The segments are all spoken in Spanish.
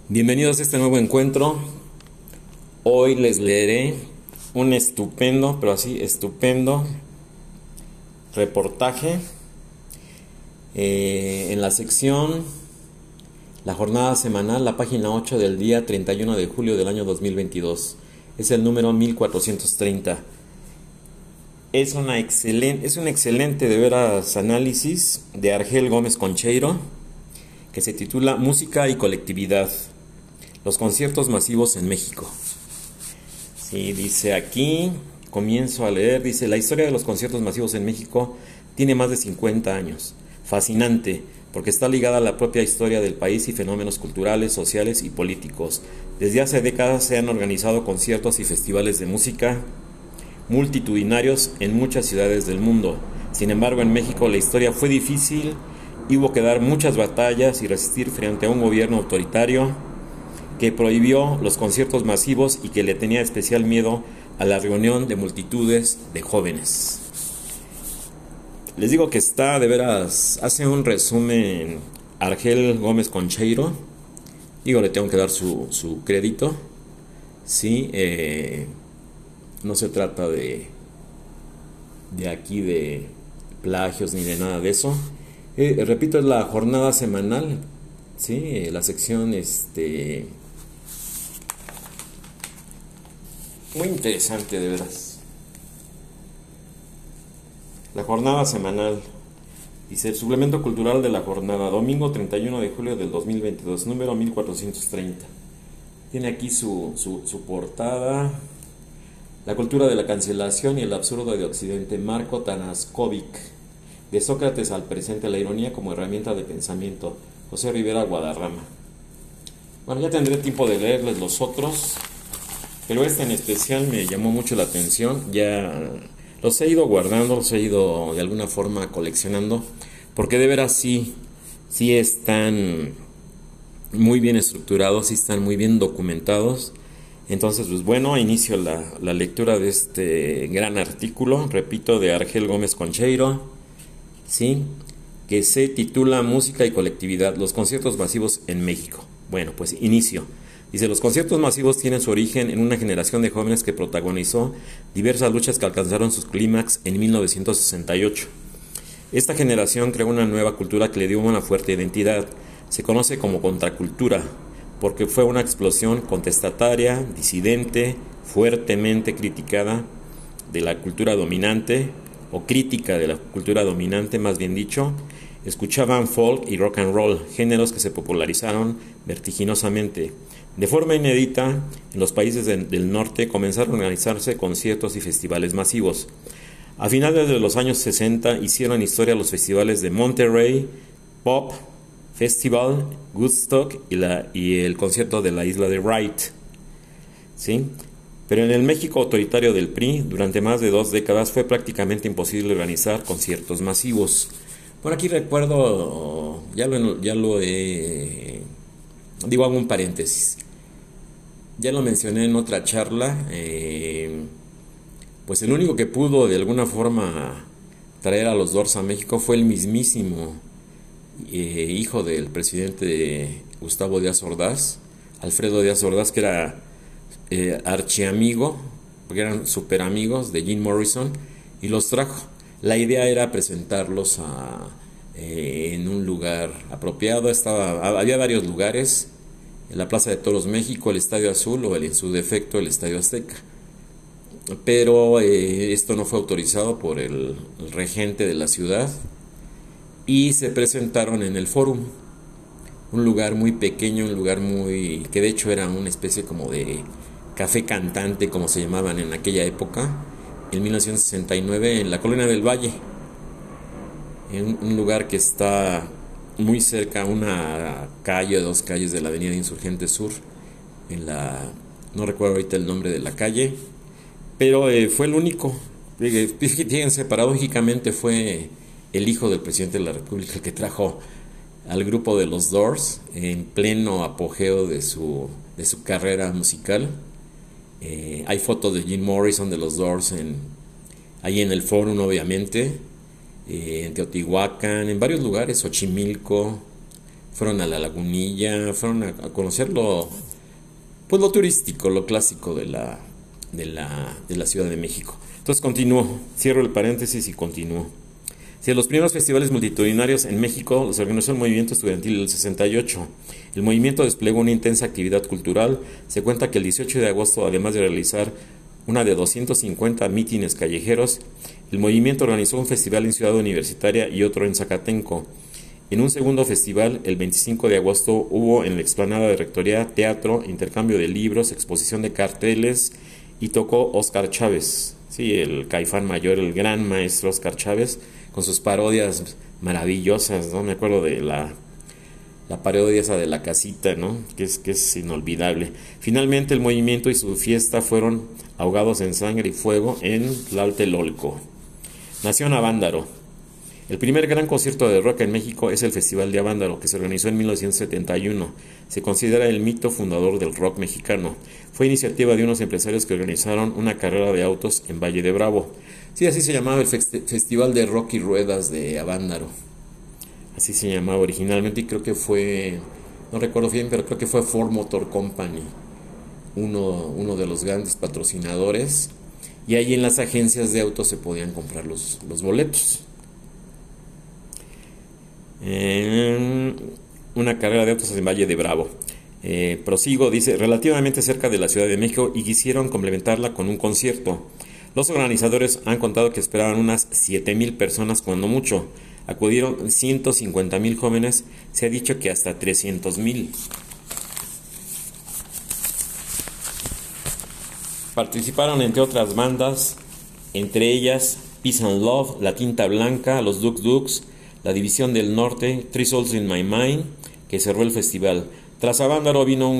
Bienvenidos a este nuevo encuentro. Hoy les leeré un estupendo, pero así estupendo, reportaje en la sección La Jornada Semanal, la página 8 del día 31 de julio del año 2022. Es el número 1430. Es un excelente de veras análisis de Argel Gómez Concheiro que se titula Música y colectividad. Los conciertos masivos en México. Sí, dice aquí, comienzo a leer, dice, la historia de los conciertos masivos en México tiene más de 50 años. Fascinante, porque está ligada a la propia historia del país y fenómenos culturales, sociales y políticos. Desde hace décadas se han organizado conciertos y festivales de música multitudinarios en muchas ciudades del mundo. Sin embargo, en México la historia fue difícil, hubo que dar muchas batallas y resistir frente a un gobierno autoritario que prohibió los conciertos masivos y que le tenía especial miedo a la reunión de multitudes de jóvenes. Les digo que está de veras, hace un resumen Argel Gómez Concheiro, digo, le tengo que dar su crédito, sí, no se trata de aquí de plagios ni de nada de eso. Repito, es la jornada semanal, sí, la sección muy interesante de veras. La jornada semanal. Dice el suplemento cultural de la jornada, domingo 31 de julio del 2022, número 1430. Tiene aquí su portada. La cultura de la cancelación y el absurdo de Occidente, Marco Tanaskovic. De Sócrates al presente, la ironía como herramienta de pensamiento, José Rivera Guadarrama. Bueno, ya tendré tiempo de leerles los otros, pero este en especial me llamó mucho la atención. Ya los he ido guardando, los he ido de alguna forma coleccionando, porque de veras sí están muy bien estructurados, sí están muy bien documentados. Entonces, pues bueno, inicio la lectura de este gran artículo, repito, de Argel Gómez Concheiro, ¿sí? Que se titula Música y colectividad, los conciertos masivos en México. Bueno, pues inicio. Dice, los conciertos masivos tienen su origen en una generación de jóvenes que protagonizó diversas luchas que alcanzaron sus clímax en 1968. Esta generación creó una nueva cultura que le dio una fuerte identidad. Se conoce como contracultura, porque fue una explosión contestataria, disidente, fuertemente criticada de la cultura dominante, o crítica de la cultura dominante, más bien dicho. Escuchaban folk y rock and roll, géneros que se popularizaron vertiginosamente. De forma inédita, en los países del norte comenzaron a organizarse conciertos y festivales masivos. A finales de los años 60 hicieron historia los festivales de Monterrey, Pop Festival, Woodstock y el concierto de la isla de Wright, ¿sí? Pero en el México autoritario del PRI, durante más de 2 décadas fue prácticamente imposible organizar conciertos masivos. Por aquí recuerdo, digo, hago un paréntesis. Ya lo mencioné en otra charla, pues el único que pudo de alguna forma traer a los Doors a México fue el mismísimo hijo del presidente Gustavo Díaz Ordaz, Alfredo Díaz Ordaz, que era archiamigo, porque eran super amigos de Jim Morrison, y los trajo. La idea era presentarlos en un lugar apropiado. Había varios lugares, en la Plaza de Toros México, el Estadio Azul o en su defecto el Estadio Azteca. Pero esto no fue autorizado por el regente de la ciudad y se presentaron en el Fórum, un lugar muy pequeño, un lugar que de hecho era una especie como de café cantante, como se llamaban en aquella época, en 1969, en la Colonia del Valle, en un lugar que está muy cerca a una calle o 2 calles de la avenida Insurgente Sur, no recuerdo ahorita el nombre de la calle, pero fue el único. Fíjense, paradójicamente fue el hijo del presidente de la República el que trajo al grupo de los Doors en pleno apogeo de su carrera musical. Hay fotos de Jim Morrison, de los Doors, ahí en el Fórum, obviamente, en Teotihuacán, en varios lugares, Xochimilco, fueron a la Lagunilla, fueron a conocer pues lo turístico, lo clásico de la Ciudad de México. Entonces continúo, cierro el paréntesis y continúo. Si los primeros festivales multitudinarios en México los organizó el movimiento estudiantil del 68. El movimiento desplegó una intensa actividad cultural. Se cuenta que el 18 de agosto, además de realizar una de 250 mítines callejeros, el movimiento organizó un festival en Ciudad Universitaria y otro en Zacatenco. En un segundo festival, el 25 de agosto, hubo en la explanada de Rectoría teatro, intercambio de libros, exposición de carteles y tocó Óscar Chávez. Sí, el Caifán Mayor, el gran maestro Óscar Chávez, con sus parodias maravillosas, ¿no? Me acuerdo de la parodia esa de la casita, ¿no? Que es inolvidable. Finalmente el movimiento y su fiesta fueron ahogados en sangre y fuego en Tlatelolco. Nació en Avándaro. El primer gran concierto de rock en México es el Festival de Avándaro, que se organizó en 1971. Se considera el mito fundador del rock mexicano. Fue iniciativa de unos empresarios que organizaron una carrera de autos en Valle de Bravo. Sí, así se llamaba el Festival de Rock y Ruedas de Avándaro. Así se llamaba originalmente y creo que fue, no recuerdo bien, pero creo que fue Ford Motor Company, uno de los grandes patrocinadores. Y ahí en las agencias de autos se podían comprar los boletos. Una carrera de autos en Valle de Bravo. Prosigo, dice, relativamente cerca de la Ciudad de México, y quisieron complementarla con un concierto. Los organizadores han contado que esperaban unas 7,000 personas cuando mucho. Acudieron 150,000 jóvenes, se ha dicho que hasta 300,000. Participaron entre otras bandas, entre ellas Peace and Love, La Tinta Blanca, Los Duk Duks, La División del Norte, Three Souls in My Mind, que cerró el festival. Tras Avándaro vino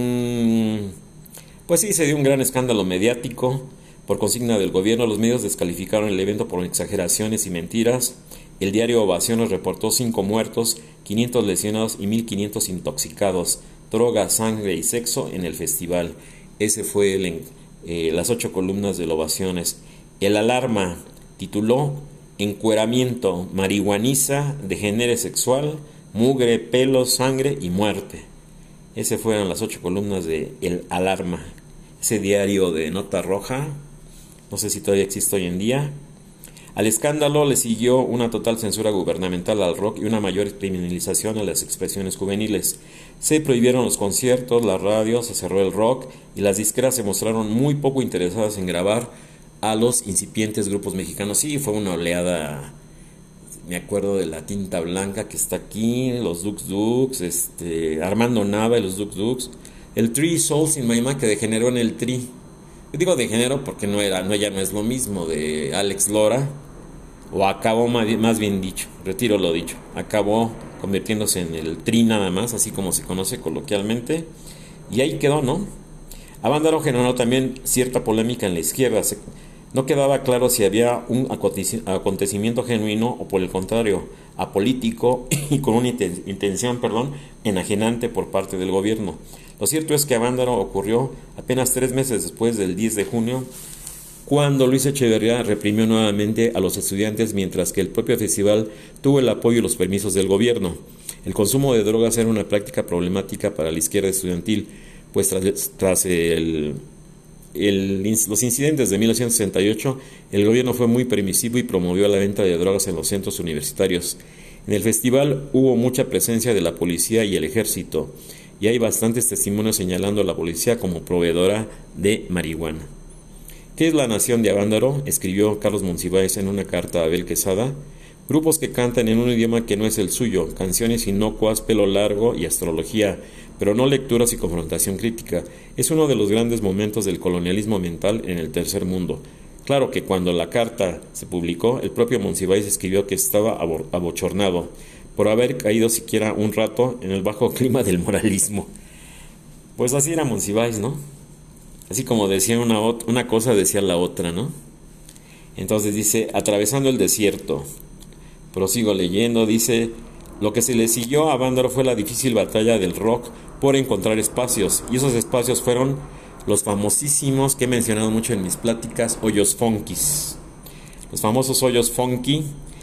pues sí, se dio un gran escándalo mediático. Por consigna del gobierno, los medios descalificaron el evento por exageraciones y mentiras. El diario Ovaciones reportó 5 muertos, 500 lesionados y 1,500 intoxicados. Droga, sangre y sexo en el festival. Ese fue las 8 columnas de Ovaciones. El Alarma tituló Encueramiento, marihuaniza, degenere sexual, mugre, pelo, sangre y muerte. Esas fueron las 8 columnas de El Alarma, ese diario de nota roja. No sé si todavía existe hoy en día. Al escándalo le siguió una total censura gubernamental al rock y una mayor criminalización a las expresiones juveniles. Se prohibieron los conciertos, la radio, se cerró el rock y las disqueras se mostraron muy poco interesadas en grabar a los incipientes grupos mexicanos. Sí, fue una oleada. Me acuerdo de La Tinta Blanca, que está aquí, los Duk Duks, Armando Nava y los Duk Duks, el Three Souls in My Mind, que degeneró en el Tri. Digo degeneró porque ya no es lo mismo, de Alex Lora, o acabó, más bien dicho, retiro lo dicho, acabó convirtiéndose en el Tri nada más, así como se conoce coloquialmente, y ahí quedó, ¿no? Avándaro generó también cierta polémica en la izquierda. No quedaba claro si había un acontecimiento genuino o, por el contrario, apolítico y con una intención, enajenante por parte del gobierno. Lo cierto es que Avándaro ocurrió apenas 3 meses después del 10 de junio, cuando Luis Echeverría reprimió nuevamente a los estudiantes, mientras que el propio festival tuvo el apoyo y los permisos del gobierno. El consumo de drogas era una práctica problemática para la izquierda estudiantil, pues tras los incidentes de 1968, el gobierno fue muy permisivo y promovió la venta de drogas en los centros universitarios. En el festival hubo mucha presencia de la policía y el ejército, y hay bastantes testimonios señalando a la policía como proveedora de marihuana. ¿Qué es la nación de Avándaro?, escribió Carlos Monsiváis en una carta a Abel Quesada. Grupos que cantan en un idioma que no es el suyo, canciones inocuas, pelo largo y astrología, pero no lecturas y confrontación crítica. Es uno de los grandes momentos del colonialismo mental en el tercer mundo. Claro que cuando la carta se publicó, el propio Monsiváis escribió que estaba abochornado por haber caído siquiera un rato en el bajo clima del moralismo. Pues así era Monsiváis, ¿no? Así como decía una cosa, decía la otra, ¿no? Entonces dice, atravesando el desierto. Prosigo leyendo, dice, lo que se le siguió a Avándaro fue la difícil batalla del rock por encontrar espacios, y esos espacios fueron los famosísimos que he mencionado mucho en mis pláticas, hoyos funkis. Los famosos hoyos funky,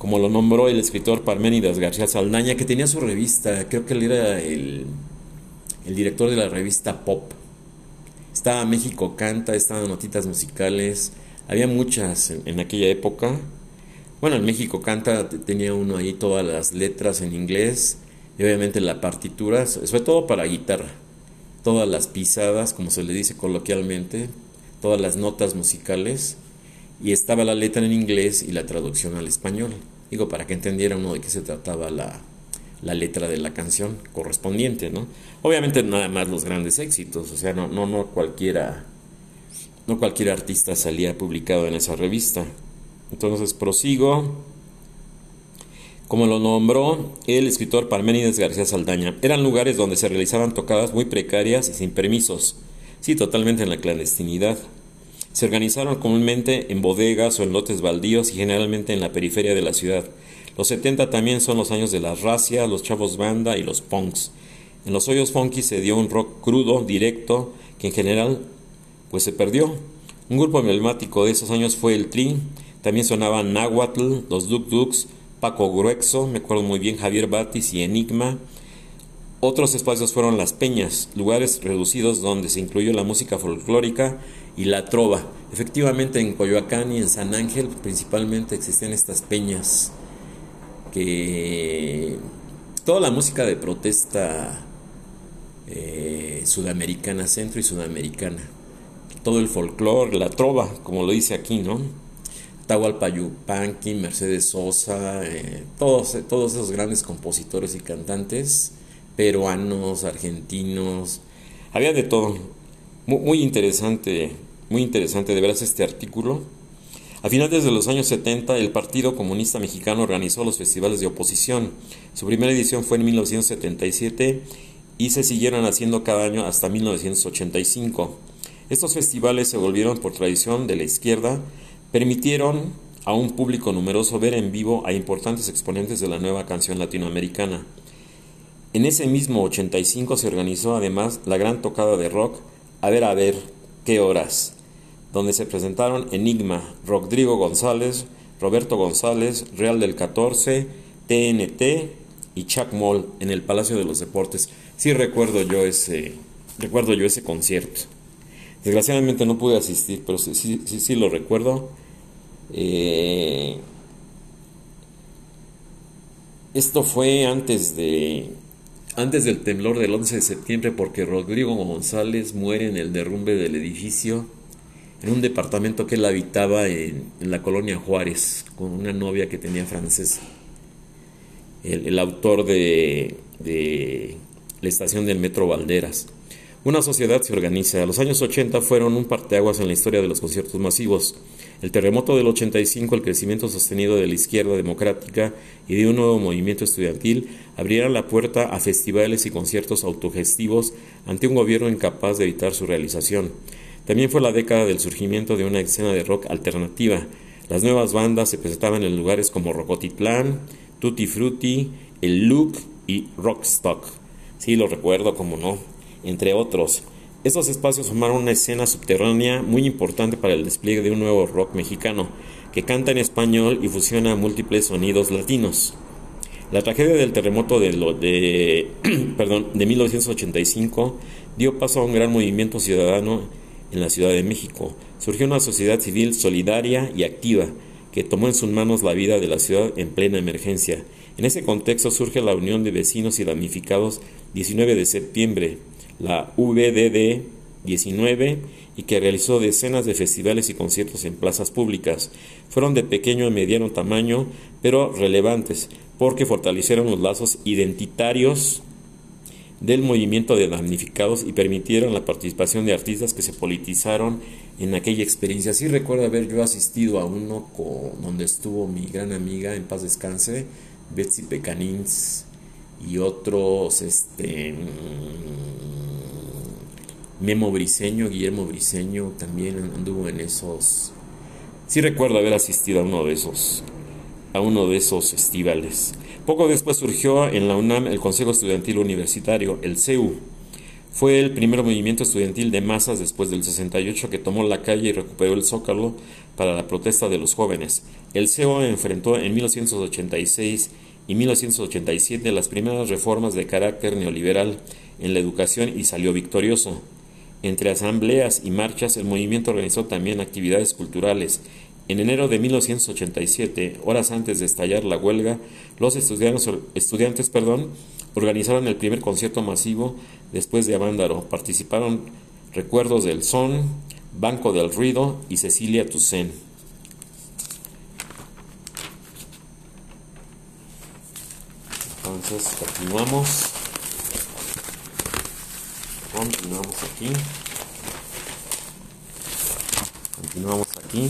como lo nombró el escritor Parménides García Saldaña, que tenía su revista. Creo que él era el director de la revista Pop. Estaba México Canta, estaban Notitas Musicales, había muchas en aquella época. Bueno, en México Canta tenía uno ahí todas las letras en inglés y obviamente la partitura, sobre todo para guitarra, todas las pisadas, como se le dice coloquialmente, todas las notas musicales, y estaba la letra en inglés y la traducción al español. Digo, para que entendiera uno de qué se trataba la letra de la canción correspondiente, ¿no? Obviamente nada más los grandes éxitos, o sea, no cualquier artista salía publicado en esa revista. Entonces prosigo. Como lo nombró el escritor Parménides García Saldaña, eran lugares donde se realizaban tocadas muy precarias y sin permisos, sí, totalmente en la clandestinidad. Se organizaron comúnmente en bodegas o en lotes baldíos y generalmente en la periferia de la ciudad. Los 70 también son los años de la racia, los chavos banda y los punks. En los hoyos funky se dio un rock crudo, directo, que en general pues se perdió. Un grupo emblemático de esos años fue el Tri. También sonaban Náhuatl, los Duk Duks, Paco Gruexo, me acuerdo muy bien, Javier Batis y Enigma. Otros espacios fueron las peñas, lugares reducidos donde se incluyó la música folclórica y la trova. Efectivamente, en Coyoacán y en San Ángel principalmente existen estas peñas, que toda la música de protesta sudamericana, centro y sudamericana, todo el folclore, la trova, como lo dice aquí, ¿no? Atahualpa Yupanqui, Mercedes Sosa, todos esos grandes compositores y cantantes peruanos, argentinos, había de todo. Muy interesante de veras este artículo. A finales de los años 70, el Partido Comunista Mexicano organizó los festivales de oposición. Su primera edición fue en 1977 y se siguieron haciendo cada año hasta 1985. Estos festivales se volvieron por tradición de la izquierda, permitieron a un público numeroso ver en vivo a importantes exponentes de la nueva canción latinoamericana. En ese mismo 85 se organizó además la gran tocada de rock A ver, qué horas, donde se presentaron Enigma, Rodrigo González, Roberto González, Real del 14, TNT y Chuck Moll en el Palacio de los Deportes. Sí recuerdo yo ese concierto. Desgraciadamente no pude asistir, pero sí lo recuerdo. Esto fue antes del temblor del 11 de septiembre, porque Rodrigo González muere en el derrumbe del edificio en un departamento que él habitaba en la colonia Juárez con una novia que tenía francesa. El autor de la estación del Metro Valderas. Una sociedad se organiza. Los años 80 fueron un parteaguas en la historia de los conciertos masivos. El terremoto del 85, el crecimiento sostenido de la izquierda democrática y de un nuevo movimiento estudiantil abrieron la puerta a festivales y conciertos autogestivos ante un gobierno incapaz de evitar su realización. También fue la década del surgimiento de una escena de rock alternativa. Las nuevas bandas se presentaban en lugares como Rocotitlán, Tutti Frutti, El Look y Rockstock. Sí, lo recuerdo, como no, entre otros. Estos espacios formaron una escena subterránea muy importante para el despliegue de un nuevo rock mexicano, que canta en español y fusiona múltiples sonidos latinos. La tragedia del terremoto de 1985 dio paso a un gran movimiento ciudadano en la Ciudad de México. Surgió una sociedad civil solidaria y activa, que tomó en sus manos la vida de la ciudad en plena emergencia. En ese contexto surge la Unión de Vecinos y Damnificados 19 de septiembre, la VDD 19, y que realizó decenas de festivales y conciertos en plazas públicas. Fueron de pequeño a mediano tamaño, pero relevantes, porque fortalecieron los lazos identitarios del movimiento de damnificados y permitieron la participación de artistas que se politizaron en aquella experiencia. Sí recuerdo haber yo asistido a uno donde estuvo mi gran amiga, en paz descanse, Betsy Pecanins, y otros, Memo Briseño, Guillermo Briseño también anduvo en esos. Sí recuerdo haber asistido a uno de esos festivales. Poco después surgió en la UNAM el Consejo Estudiantil Universitario, el CEU, Fue el primer movimiento estudiantil de masas después del 68 que tomó la calle y recuperó el Zócalo para la protesta de los jóvenes. El CEO enfrentó en 1986 y 1987 las primeras reformas de carácter neoliberal en la educación y salió victorioso. Entre asambleas y marchas, el movimiento organizó también actividades culturales. En enero de 1987, horas antes de estallar la huelga, los estudiantes organizaron el primer concierto masivo después de Avándaro. Participaron Recuerdos del Son, Banco del Ruido y Cecilia Toussaint. Entonces, continuamos aquí.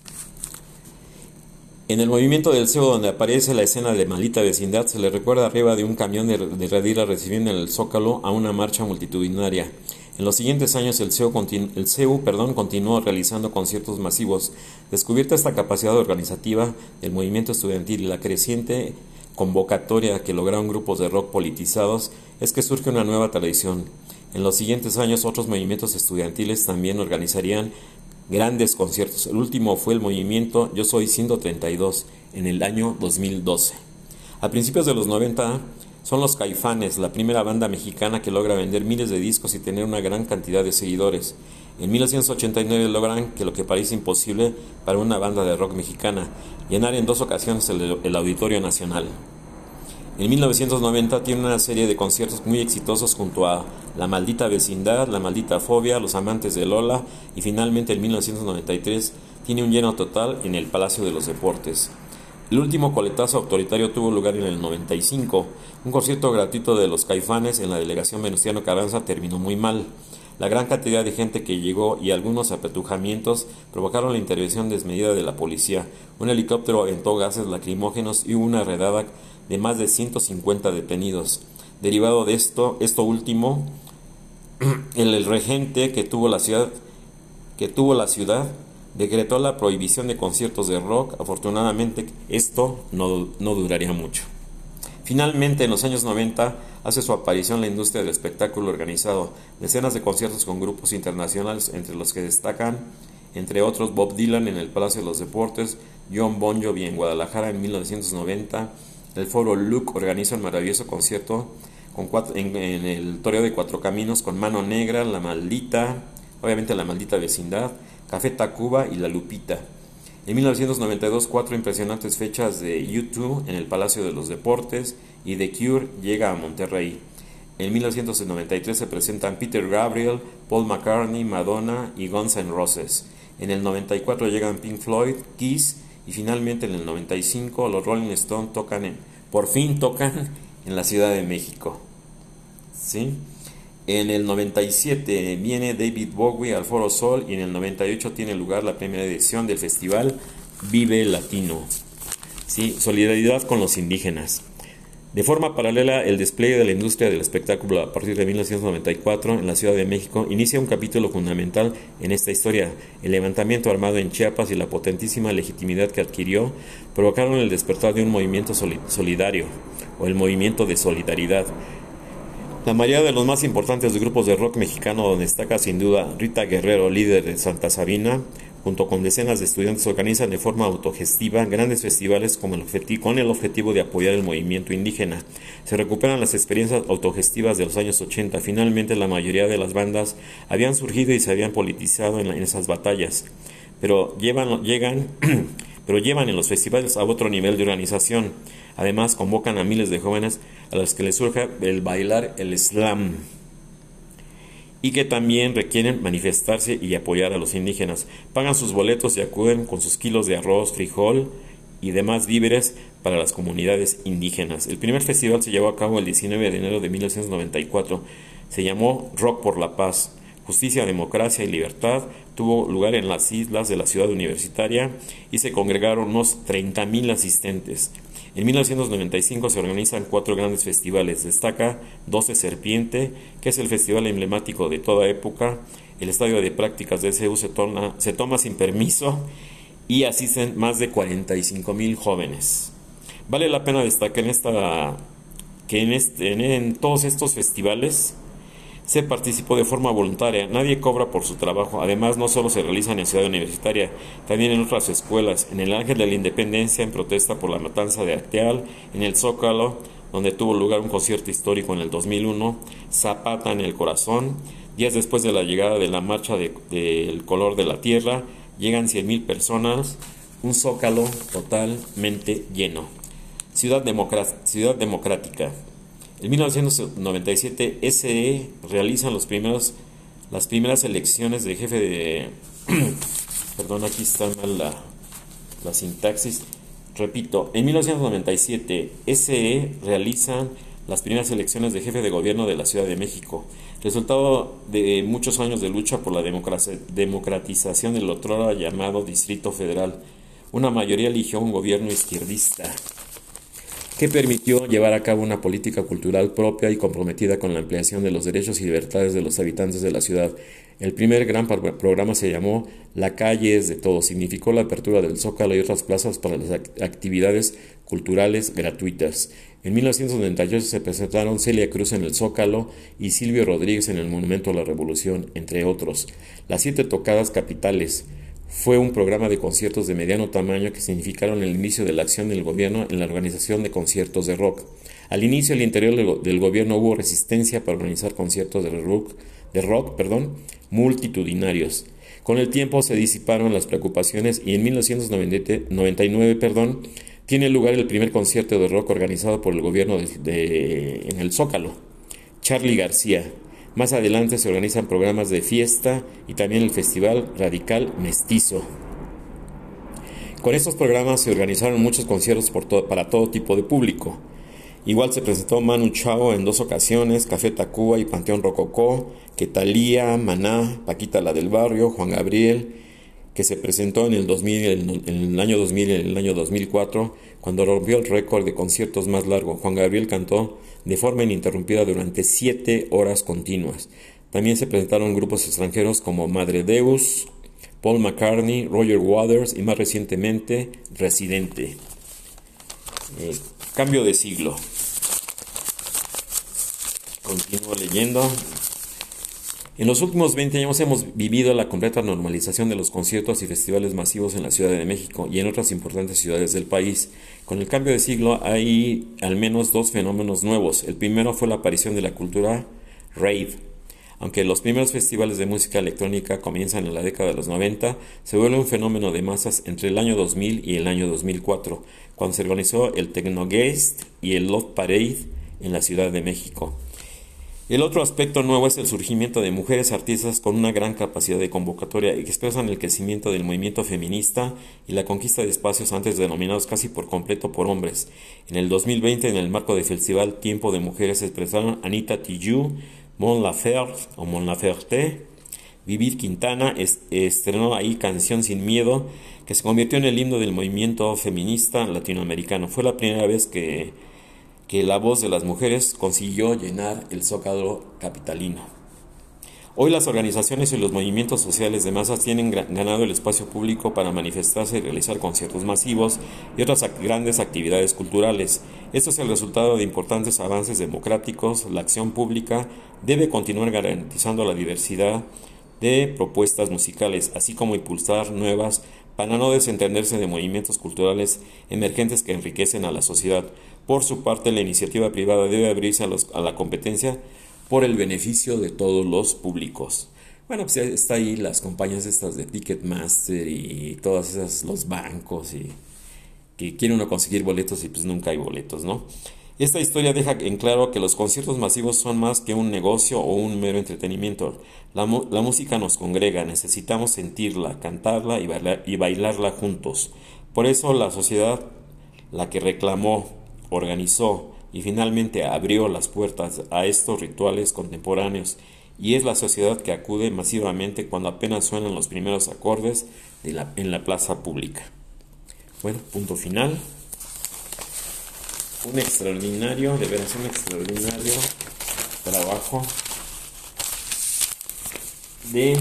En el movimiento del CEO, donde aparece la escena de Maldita Vecindad, se le recuerda arriba de un camión de Radira recibiendo en el Zócalo a una marcha multitudinaria. En los siguientes años el CEU continuó realizando conciertos masivos. Descubierta esta capacidad organizativa del movimiento estudiantil y la creciente convocatoria que lograron grupos de rock politizados, es que surge una nueva tradición. En los siguientes años otros movimientos estudiantiles también organizarían grandes conciertos. El último fue el movimiento Yo Soy 132 en el año 2012. A principios de los 90 son los Caifanes, la primera banda mexicana que logra vender miles de discos y tener una gran cantidad de seguidores. En 1989 logran que lo que parece imposible para una banda de rock mexicana, llenar en 2 ocasiones el Auditorio Nacional. En 1990 tiene una serie de conciertos muy exitosos junto a La Maldita Vecindad, La Maldita Fobia, Los Amantes de Lola y finalmente en 1993 tiene un lleno total en el Palacio de los Deportes. El último coletazo autoritario tuvo lugar en el 95. Un concierto gratuito de los Caifanes en la delegación Venustiano Carranza terminó muy mal. La gran cantidad de gente que llegó y algunos apretujamientos provocaron la intervención desmedida de la policía. Un helicóptero aventó gases lacrimógenos y hubo una redada de más de 150 detenidos. Derivado de esto último, el regente que tuvo la ciudad decretó la prohibición de conciertos de rock. Afortunadamente esto no duraría mucho. Finalmente, en los años 90, hace su aparición la industria del espectáculo organizado, decenas de conciertos con grupos internacionales, entre los que destacan, entre otros, Bob Dylan en el Palacio de los Deportes, Jon Bon Jovi en Guadalajara en 1990, el Foro Luke organiza un maravilloso concierto en el Toreo de Cuatro Caminos con Mano Negra, La Maldita Vecindad, Café Tacuba y La Lupita. En 1992, 4 impresionantes fechas de U2 en el Palacio de los Deportes y The Cure llega a Monterrey. En 1993 se presentan Peter Gabriel, Paul McCartney, Madonna y Guns N' Roses. En el 94 llegan Pink Floyd, Kiss y finalmente en el 95 los Rolling Stones por fin tocan en la Ciudad de México. ¿Sí? En el 97 viene David Bowie al Foro Sol y en el 98 tiene lugar la primera edición del festival Vive Latino. ¿Sí? Solidaridad con los indígenas. De forma paralela, el despliegue de la industria del espectáculo a partir de 1994 en la Ciudad de México inicia un capítulo fundamental en esta historia. El levantamiento armado en Chiapas y la potentísima legitimidad que adquirió provocaron el despertar de un movimiento solidario o el movimiento de solidaridad. La mayoría de los más importantes grupos de rock mexicano, donde destaca sin duda Rita Guerrero, líder de Santa Sabina, junto con decenas de estudiantes, organizan de forma autogestiva grandes festivales con el objetivo de apoyar el movimiento indígena. Se recuperan las experiencias autogestivas de los años 80. Finalmente, la mayoría de las bandas habían surgido y se habían politizado en esas batallas, pero llevan en los festivales a otro nivel de organización. Además, convocan a miles de jóvenes a los que les surge el bailar el slam y que también requieren manifestarse y apoyar a los indígenas. Pagan sus boletos y acuden con sus kilos de arroz, frijol y demás víveres para las comunidades indígenas. El primer festival se llevó a cabo el 19 de enero de 1994. Se llamó Rock por la Paz, Justicia, Democracia y Libertad. Tuvo lugar en las islas de la ciudad universitaria y se congregaron unos 30,000 asistentes. En 1995 se organizan 4 grandes festivales. Destaca 12 Serpiente, que es el festival emblemático de toda época. El estadio de prácticas de CEU se toma sin permiso y asisten más de 45,000 jóvenes. Vale la pena destacar en todos estos festivales Se participó de forma voluntaria, nadie cobra por su trabajo. Además, no solo se realizan en Ciudad Universitaria, también en otras escuelas, en el Ángel de la Independencia en protesta por la matanza de Acteal, en el Zócalo, donde tuvo lugar un concierto histórico en el 2001, Zapata en el Corazón. Días después de la llegada de la marcha del color de la tierra, llegan 100,000 personas, un Zócalo totalmente lleno. Ciudad Democrática. En 1997, SE realizan las primeras elecciones de jefe de... Perdón, aquí está mal la sintaxis. Repito, en 1997, SE realizan las primeras elecciones de jefe de gobierno de la Ciudad de México, resultado de muchos años de lucha por la democratización del otrora llamado Distrito Federal. Una mayoría eligió un gobierno izquierdista que permitió llevar a cabo una política cultural propia y comprometida con la ampliación de los derechos y libertades de los habitantes de la ciudad. El primer gran programa se llamó La calle es de todos. Significó la apertura del Zócalo y otras plazas para las actividades culturales gratuitas. En 1998 se presentaron Celia Cruz en el Zócalo y Silvio Rodríguez en el Monumento a la Revolución, entre otros. Las 7 tocadas capitales. Fue un programa de conciertos de mediano tamaño que significaron el inicio de la acción del gobierno en la organización de conciertos de rock. Al inicio, al interior del gobierno hubo resistencia para organizar conciertos de rock, multitudinarios. Con el tiempo se disiparon las preocupaciones y en 1999, tiene lugar el primer concierto de rock organizado por el gobierno en el Zócalo. Charly García. Más adelante se organizan programas de fiesta y también el Festival Radical Mestizo. Con estos programas se organizaron muchos conciertos para todo tipo de público. Igual se presentó Manu Chao en 2 ocasiones, Café Tacuba y Panteón Rococó, que Thalía, Maná, Paquita la del Barrio, Juan Gabriel, que se presentó en el año 2000 y en el año 2004, cuando rompió el récord de conciertos más largo. Juan Gabriel cantó de forma ininterrumpida durante 7 horas continuas. También se presentaron grupos extranjeros como Madre Deus, Paul McCartney, Roger Waters y más recientemente Residente. Cambio de siglo. Continúo leyendo. En los últimos 20 años hemos vivido la completa normalización de los conciertos y festivales masivos en la Ciudad de México y en otras importantes ciudades del país. Con el cambio de siglo hay al menos 2 fenómenos nuevos. El primero fue la aparición de la cultura rave. Aunque los primeros festivales de música electrónica comienzan en la década de los 90, se vuelve un fenómeno de masas entre el año 2000 y el año 2004, cuando se organizó el Technogeist y el Love Parade en la Ciudad de México. El otro aspecto nuevo es el surgimiento de mujeres artistas con una gran capacidad de convocatoria y que expresan el crecimiento del movimiento feminista y la conquista de espacios antes denominados casi por completo por hombres. En el 2020, en el marco del Festival Tiempo de Mujeres, se expresaron Anita Tijoux, Mon Laferte, Vivir Quintana estrenó ahí Canción Sin Miedo, que se convirtió en el himno del movimiento feminista latinoamericano. Fue la primera vez que la voz de las mujeres consiguió llenar el Zócalo capitalino. Hoy las organizaciones y los movimientos sociales de masas tienen ganado el espacio público para manifestarse y realizar conciertos masivos y otras grandes actividades culturales. Esto es el resultado de importantes avances democráticos. La acción pública debe continuar garantizando la diversidad de propuestas musicales, así como impulsar nuevas para no desentenderse de movimientos culturales emergentes que enriquecen a la sociedad. Por su parte, la iniciativa privada debe abrirse a la competencia por el beneficio de todos los públicos. Bueno, pues está ahí las compañías estas de Ticketmaster y todas esas, los bancos y que quiere uno conseguir boletos y pues nunca hay boletos, ¿no? Esta historia deja en claro que los conciertos masivos son más que un negocio o un mero entretenimiento. La música nos congrega, necesitamos sentirla, cantarla y bailarla juntos. Por eso la sociedad, la que reclamó, organizó y finalmente abrió las puertas a estos rituales contemporáneos, y es la sociedad que acude masivamente cuando apenas suenan los primeros acordes en la plaza pública. Bueno, punto final. Un extraordinario trabajo de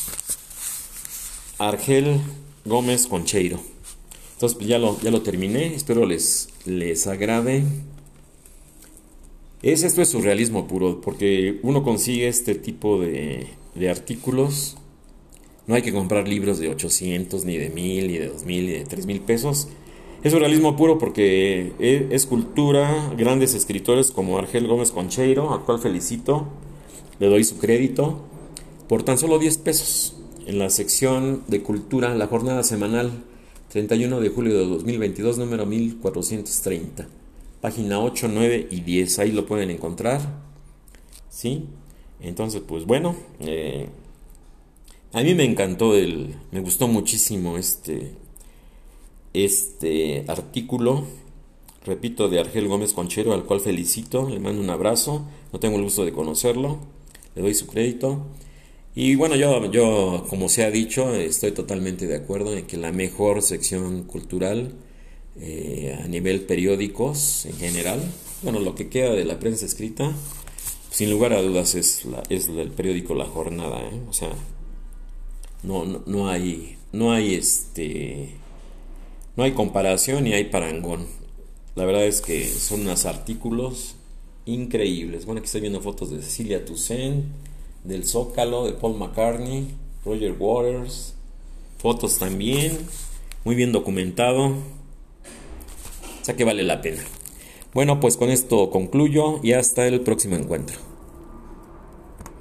Argel Gómez Concheiro. Entonces ya lo terminé, espero les agrade. Esto es surrealismo puro, porque uno consigue este tipo de artículos. No hay que comprar libros de 800, ni de 1000, ni de 2000, ni de 3000 pesos. Es surrealismo puro porque es cultura, grandes escritores como Argel Gómez Concheiro, al cual felicito, le doy su crédito, por tan solo 10 pesos. En la sección de cultura, la jornada semanal, 31 de julio de 2022, número 1430. Página 8, 9 y 10, ahí lo pueden encontrar, ¿sí? Entonces, pues bueno, a mí me encantó me gustó muchísimo este artículo, repito, de Argel Gómez Conchero, al cual felicito, le mando un abrazo, no tengo el gusto de conocerlo, le doy su crédito. Y bueno, yo, como se ha dicho, estoy totalmente de acuerdo en que la mejor sección cultural a nivel periódicos en general, bueno, lo que queda de la prensa escrita, sin lugar a dudas es el periódico La Jornada, ¿eh? O sea, no hay comparación ni hay parangón. La verdad es que son unos artículos increíbles. Bueno, aquí estoy viendo fotos de Cecilia Toussaint, del Zócalo, de Paul McCartney, Roger Waters, fotos también, muy bien documentado, o sea que vale la pena. Bueno, pues con esto concluyo y hasta el próximo encuentro.